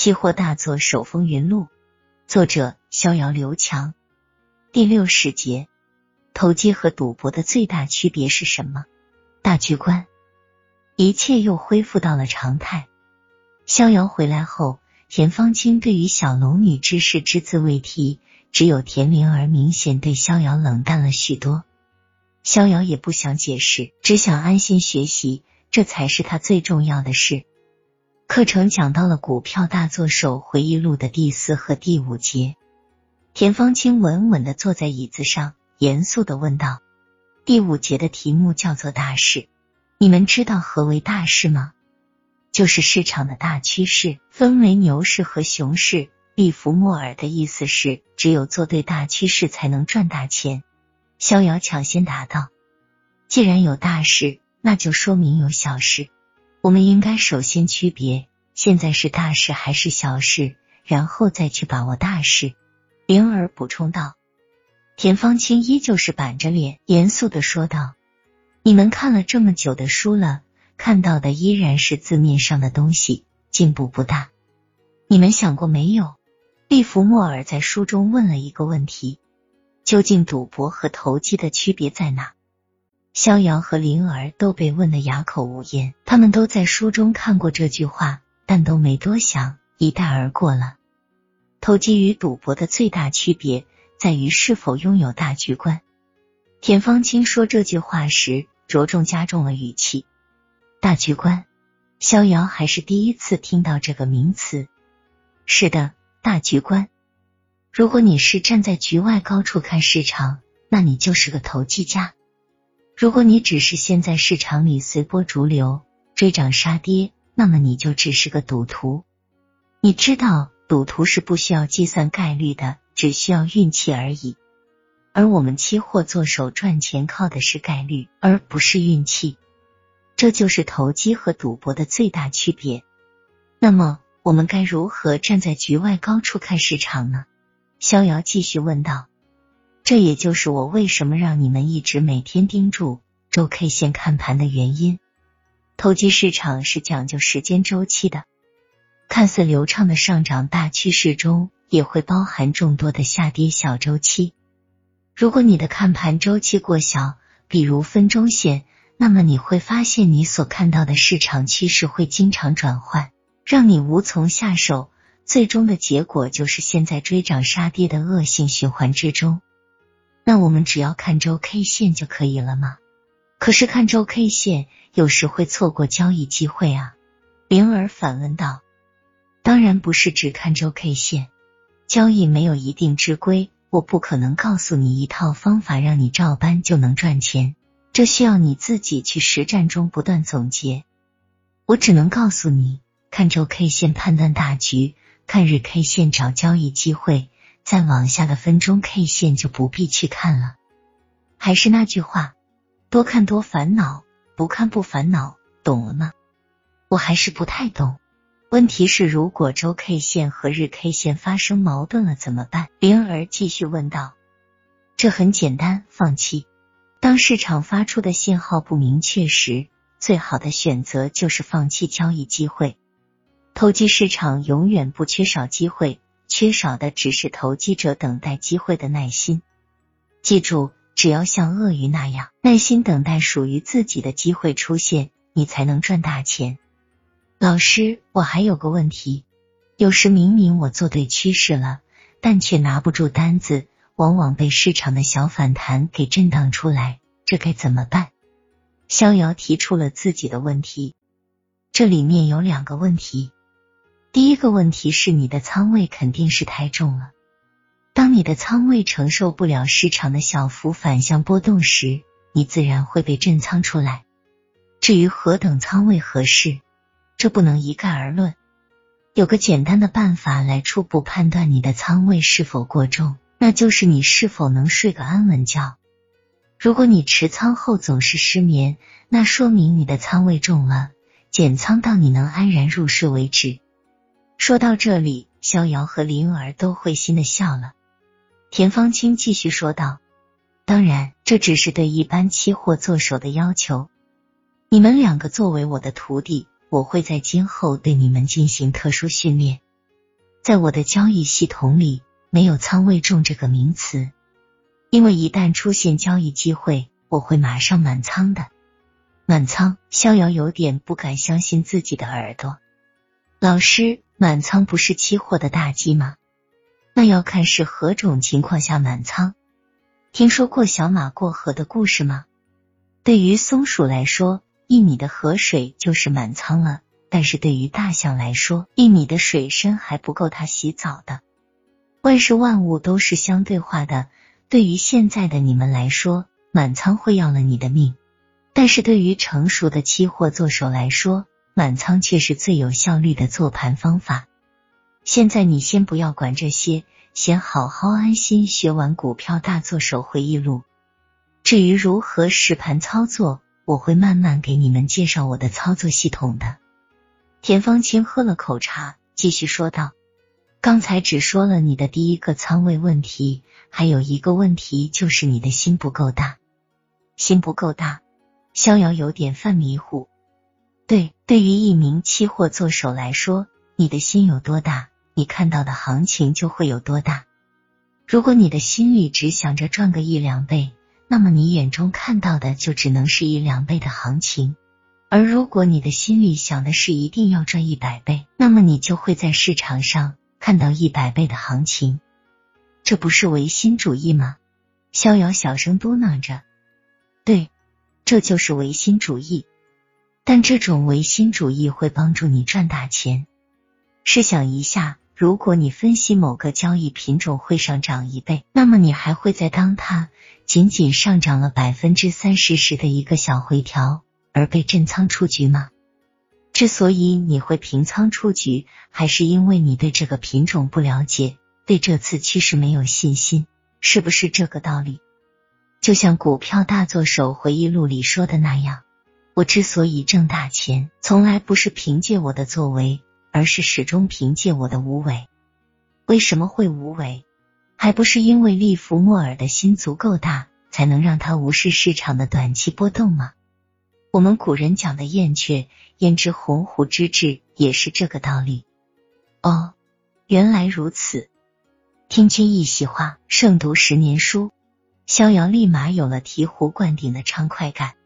期货大作手风云录，作者逍遥刘强。第60节，投机和赌博的最大区别是什么？大局观。一切又恢复到了常态。逍遥回来后，田芳清对于小龙女之事只字未提，只有田灵儿明显对逍遥冷淡了许多。逍遥也不想解释，只想安心学习，这才是他最重要的事。课程讲到了股票大作手回忆录的第4和第5节。田芳清稳稳地坐在椅子上，严肃地问道，第5节的题目叫做大势，你们知道何为大势吗？就是市场的大趋势，分为牛市和熊市。利弗莫尔的意思是，只有做对大趋势才能赚大钱。逍遥抢先答道，既然有大势，那就说明有小势。我们应该首先区别现在是大势还是小势，然后再去把握大势。灵儿补充道。田芳清依旧是板着脸，严肃地说道，你们看了这么久的书了，看到的依然是字面上的东西，进步不大。你们想过没有？利弗莫尔在书中问了一个问题，究竟赌博和投机的区别在哪？逍遥和灵儿都被问得哑口无言，他们都在书中看过这句话，但都没多想，一带而过了。投机与赌博的最大区别在于是否拥有大局观。田芳清说这句话时，着重加重了语气。大局观，逍遥还是第一次听到这个名词。是的，大局观。如果你是站在局外高处看市场，那你就是个投机家。如果你只是陷在市场里随波逐流，追涨杀跌，那么你就只是个赌徒。你知道，赌徒是不需要计算概率的，只需要运气而已。而我们期货做手赚钱靠的是概率，而不是运气。这就是投机和赌博的最大区别。那么，我们该如何站在局外高处看市场呢？逍遥继续问道。这也就是我为什么让你们一直每天盯住周 K 线看盘的原因。投机市场是讲究时间周期的，看似流畅的上涨大趋势中，也会包含众多的下跌小周期。如果你的看盘周期过小，比如分钟线，那么你会发现你所看到的市场趋势会经常转换，让你无从下手，最终的结果就是陷在追涨杀跌的恶性循环之中。那我们只要看周 K 线就可以了吗？可是看周 K 线有时会错过交易机会啊。灵儿反问道。当然不是只看周 K 线，交易没有一定之规，我不可能告诉你一套方法让你照搬就能赚钱，这需要你自己去实战中不断总结。我只能告诉你，看周 K 线判断大局，看日 K 线找交易机会，再往下的分钟 K 线就不必去看了。还是那句话，多看多烦恼，不看不烦恼，懂了吗？我还是不太懂。问题是，如果周 K 线和日 K 线发生矛盾了怎么办？灵儿继续问道。这很简单，放弃。当市场发出的信号不明确时，最好的选择就是放弃交易机会。投机市场永远不缺少机会，缺少的只是投机者等待机会的耐心。记住，只要像鳄鱼那样耐心等待属于自己的机会出现，你才能赚大钱。老师，我还有个问题，有时明明我做对趋势了，但却拿不住单子，往往被市场的小反弹给震荡出来，这该怎么办？逍遥提出了自己的问题。这里面有2个问题。第一个问题是你的仓位肯定是太重了。当你的仓位承受不了市场的小幅反向波动时，你自然会被震仓出来。至于何等仓位合适，这不能一概而论。有个简单的办法来初步判断你的仓位是否过重，那就是你是否能睡个安稳觉。如果你持仓后总是失眠，那说明你的仓位重了，减仓到你能安然入睡为止。说到这里，逍遥和灵儿都会心的笑了。田芳清继续说道，当然，这只是对一般期货做手的要求。你们2个作为我的徒弟，我会在今后对你们进行特殊训练。 在我的交易系统里没有仓位重这个名词，因为一旦出现交易机会，我会马上满仓的。满仓，逍遥有点不敢相信自己的耳朵。老师，满仓不是期货的大忌吗？那要看是何种情况下满仓。听说过小马过河的故事吗？对于松鼠来说，1米的河水就是满仓了，但是对于大象来说，1米的水深还不够它洗澡的。万事万物都是相对化的，对于现在的你们来说，满仓会要了你的命，但是对于成熟的期货做手来说，满仓却是最有效率的做盘方法。现在你先不要管这些，先好好安心学完股票大作手回忆录。至于如何实盘操作，我会慢慢给你们介绍我的操作系统的。田方清喝了口茶，继续说道，刚才只说了你的第一个仓位问题，还有一个问题就是你的心不够大。心不够大，逍遥有点犯迷糊。对于一名期货做手来说，你的心有多大，你看到的行情就会有多大。如果你的心里只想着赚个1-2倍，那么你眼中看到的就只能是1-2倍的行情。而如果你的心里想的是一定要赚100倍，那么你就会在市场上看到100倍的行情。这不是唯心主义吗？逍遥小声嘟囔着。对，这就是唯心主义。但这种唯心主义会帮助你赚大钱。试想一下，如果你分析某个交易品种会上涨1倍，那么你还会在当它仅仅上涨了 30% 时的一个小回调而被震仓出局吗？之所以你会平仓出局，还是因为你对这个品种不了解，对这次趋势没有信心，是不是这个道理？就像股票大作手回忆录里说的那样，我之所以挣大钱，从来不是凭借我的作为，而是始终凭借我的无为。为什么会无为？还不是因为利弗莫尔的心足够大，才能让他无视市场的短期波动吗？我们古人讲的燕雀焉知鸿鹄之志，也是这个道理。哦，原来如此。听君一席话，胜读10年书。逍遥立马有了醍醐灌顶的畅快感。